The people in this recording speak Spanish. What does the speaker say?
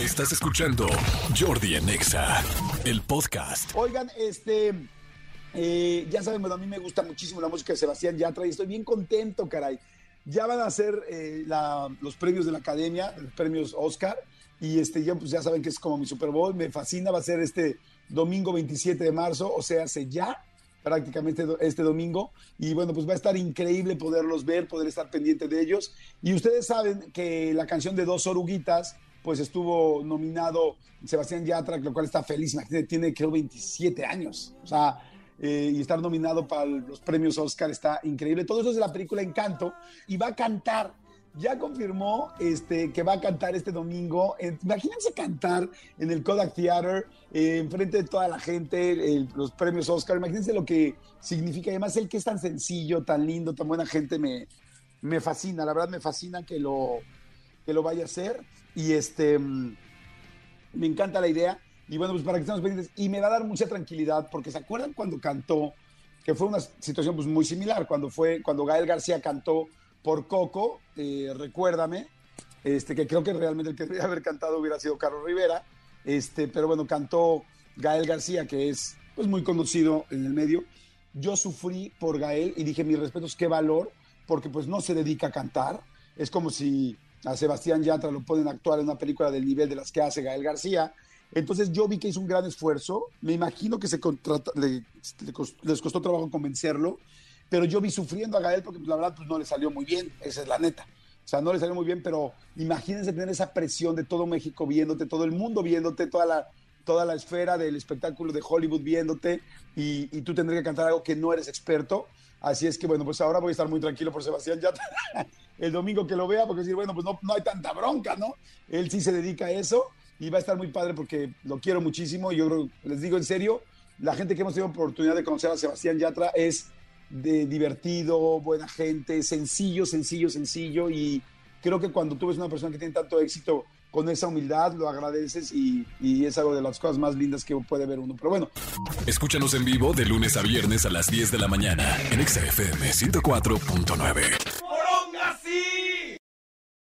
Estás escuchando Jordi en Exa, el podcast. Oigan, ya saben, bueno, a mí me gusta muchísimo la música de Sebastián Yatra y estoy bien contento, caray. Ya van a ser los premios de la Academia, los premios Oscar, y yo, pues ya saben que es como mi Super Bowl, me fascina, va a ser este domingo 27 de marzo, o sea, hace ya prácticamente este domingo, y bueno, pues va a estar increíble poderlos ver, poder estar pendiente de ellos, y ustedes saben que la canción de Dos Oruguitas, pues estuvo nominado Sebastián Yatra, lo cual está feliz, imagínate, tiene creo 27 años, o sea, y estar nominado para los premios Oscar está increíble. Todo eso es de la película Encanto, y va a cantar. Ya confirmó que va a cantar este domingo. Imagínense cantar en el Kodak Theater, enfrente de toda la gente, los premios Oscar. Imagínense lo que significa. Además, él que es tan sencillo, tan lindo, tan buena gente, me fascina. La verdad, me fascina que lo vaya a hacer. Y me encanta la idea. Y bueno, pues para que estemos pendientes. Y me va a dar mucha tranquilidad, porque ¿se acuerdan cuando cantó? Que fue una situación pues muy similar, cuando Gael García cantó por Coco, Recuérdame, que creo que realmente el que debería haber cantado hubiera sido Carlos Rivera, pero bueno, cantó Gael García, que es pues muy conocido en el medio. Yo sufrí por Gael y dije, mis respetos, qué valor, porque pues no se dedica a cantar. Es como si a Sebastián Yatra lo ponen a actuar en una película del nivel de las que hace Gael García. Entonces yo vi que hizo un gran esfuerzo, me imagino que les costó trabajo convencerlo, pero yo vi sufriendo a Gael porque pues, la verdad pues, no le salió muy bien, esa es la neta. O sea, no le salió muy bien, pero imagínense tener esa presión de todo México viéndote, todo el mundo viéndote, toda la esfera del espectáculo de Hollywood viéndote, y tú tendrías que cantar algo que no eres experto. Así es que, bueno, pues ahora voy a estar muy tranquilo por Sebastián Yatra el domingo que lo vea, porque decir, bueno, pues no hay tanta bronca, ¿no? Él sí se dedica a eso y va a estar muy padre porque lo quiero muchísimo. Yo creo, les digo en serio, la gente que hemos tenido oportunidad de conocer a Sebastián Yatra es divertido, buena gente, sencillo, y creo que cuando tú ves una persona que tiene tanto éxito con esa humildad, lo agradeces y es algo de las cosas más lindas que puede ver uno. Pero bueno. Escúchanos en vivo de lunes a viernes a las 10 de la mañana en Exa FM 104.9.